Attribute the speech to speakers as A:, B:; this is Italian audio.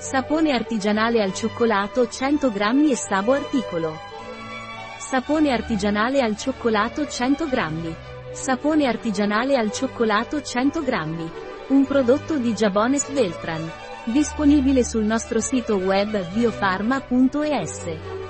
A: Sapone artigianale al cioccolato 100 grammi e Sabo articolo. Sapone artigianale al cioccolato 100 grammi. Sapone artigianale al cioccolato 100 grammi. Un prodotto di Jabones Beltran. Disponibile sul nostro sito web biofarma.es.